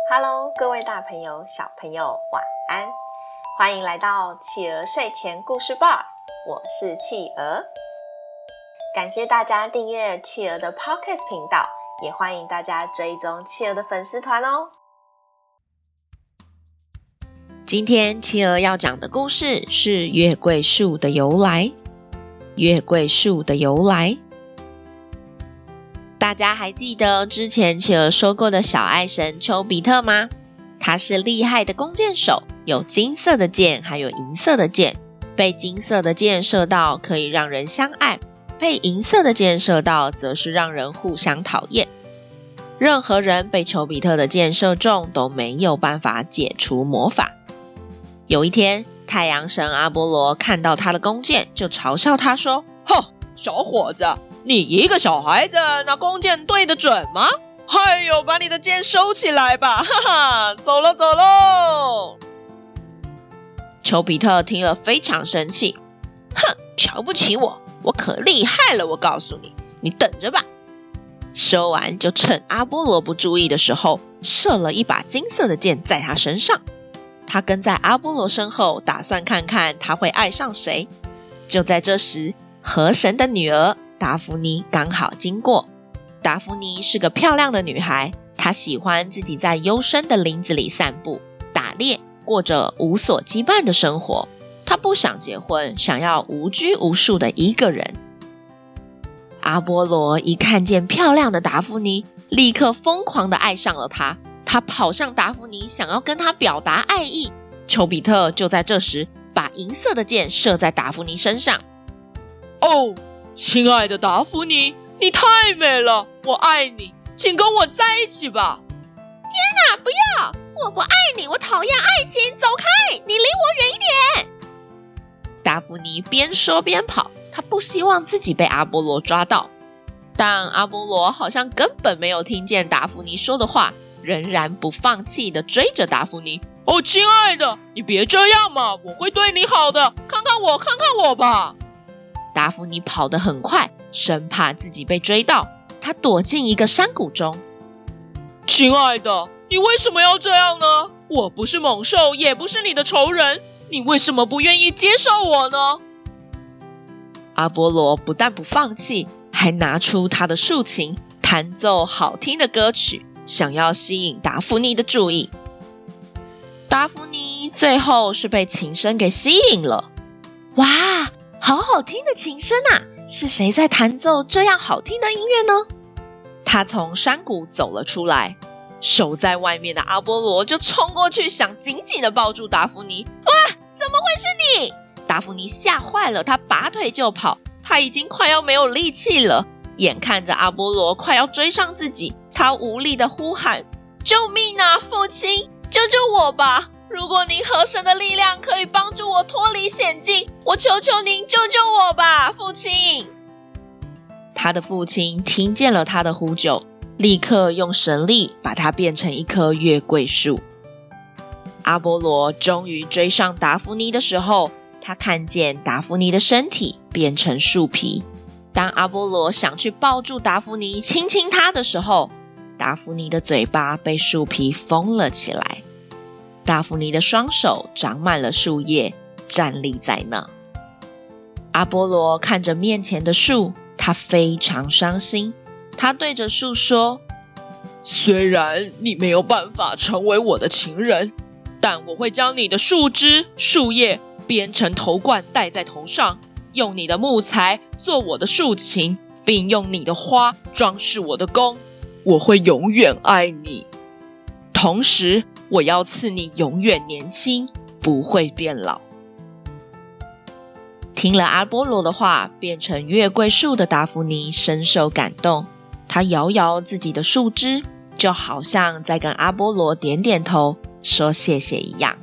Hello， 各位大朋友、小朋友，晚安！欢迎来到企鹅睡前故事吧，我是企鹅。感谢大家订阅企鹅的 Podcast 频道，也欢迎大家追踪企鹅的粉丝团哦。 今天企鹅要讲的故事是月桂树的由来。月桂树的由来，大家还记得之前企鹅说过的小爱神丘比特吗？他是厉害的弓箭手，有金色的箭，还有银色的箭。被金色的箭射到可以让人相爱，被银色的箭射到则是让人互相讨厌。任何人被丘比特的箭射中都没有办法解除魔法。有一天，太阳神阿波罗看到他的弓箭，就嘲笑他说： 哼，小伙子，你一个小孩子拿弓箭对得准吗？哎呦，把你的箭收起来吧，哈哈，走喽走喽。 丘比特听了非常生气， 哼，瞧不起我，我可厉害了，我告诉你，你等着吧。 说完就趁阿波罗不注意的时候，射了一把金色的箭在他身上。他跟在阿波罗身后，打算看看他会爱上谁。就在这时，河神的女儿达芙妮刚好经过。达芙妮是个漂亮的女孩，她喜欢自己在幽深的林子里散步、打猎，过着无所羁绊的生活。她不想结婚，想要无拘无束的一个人。阿波罗一看见漂亮的达芙妮，立刻疯狂地爱上了她。他跑向达芙妮，想要跟她表达爱意。丘比特就在这时把银色的箭射在达芙妮身上。 哦，亲爱的达芙妮，你太美了，我爱你，请跟我在一起吧。 天哪，不要！我不爱你，我讨厌爱情，走开，你离我远一点。 达芙妮边说边跑，她不希望自己被阿波罗抓到。但阿波罗好像根本没有听见达芙妮说的话，仍然不放弃地追着达芙妮。 哦，亲爱的，你别这样嘛，我会对你好的，看看我吧。 达芙妮跑得很快，生怕自己被追到，她躲进一个山谷中。 亲爱的，你为什么要这样呢？我不是猛兽，也不是你的仇人，你为什么不愿意接受我呢？ 阿波罗不但不放弃，还拿出他的竖琴，弹奏好听的歌曲，想要吸引达芙妮的注意。达芙妮最后是被琴声给吸引了。哇，好好听的琴声啊！是谁在弹奏这样好听的音乐呢？他从山谷走了出来，守在外面的阿波罗就冲过去，想紧紧地抱住达芙妮。哇，怎么会是你？达芙妮吓坏了，她拔腿就跑，她已经快要没有力气了。眼看着阿波罗快要追上自己，他无力地呼喊：救命啊，父亲，救救我吧！如果您河神的力量可以帮助我脱离险境，我求求您救救我吧，父亲！他的父亲听见了他的呼救，立刻用神力把他变成一棵月桂树。阿波罗终于追上达芙妮的时候，他看见达芙妮的身体变成树皮。当阿波罗想去抱住达芙妮亲亲她的时候，达芙妮的嘴巴被树皮封了起来。达芙妮的双手长满了树叶，站立在那。阿波罗看着面前的树，他非常伤心。他对着树说： 虽然你没有办法成为我的情人，但我会将你的树枝、树叶编成头冠戴在头上，用你的木材做我的竖琴，并用你的花装饰我的弓。我会永远爱你，同时我要赐你永远年轻，不会变老。 听了阿波罗的话，变成月桂树的达芙妮深受感动，她摇摇自己的树枝，就好像在跟阿波罗点点头，说谢谢一样。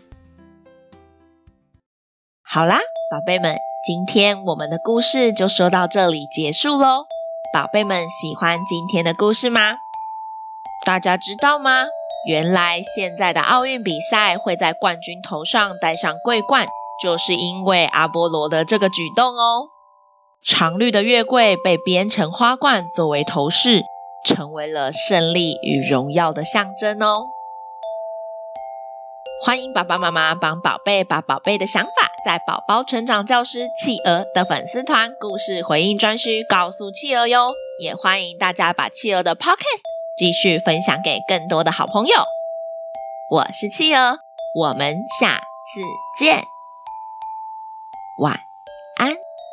好啦，宝贝们，今天我们的故事就说到这里结束咯。宝贝们喜欢今天的故事吗？大家知道吗？原来现在的奥运比赛会在冠军头上戴上桂冠，就是因为阿波罗的这个举动哦。常绿的月桂被编成花冠作为头饰，成为了胜利与荣耀的象征哦。 欢迎爸爸妈妈帮宝贝把宝贝的想法在宝宝成长教师企鹅的粉丝团故事回应专区告诉企鹅哟，也欢迎大家把企鹅的 podcast 继续分享给更多的好朋友。我是企鹅，我们下次见，晚安。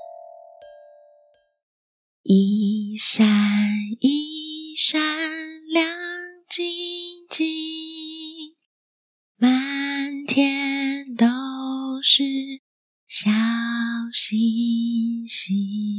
一闪一闪亮晶晶，满天都是小星星。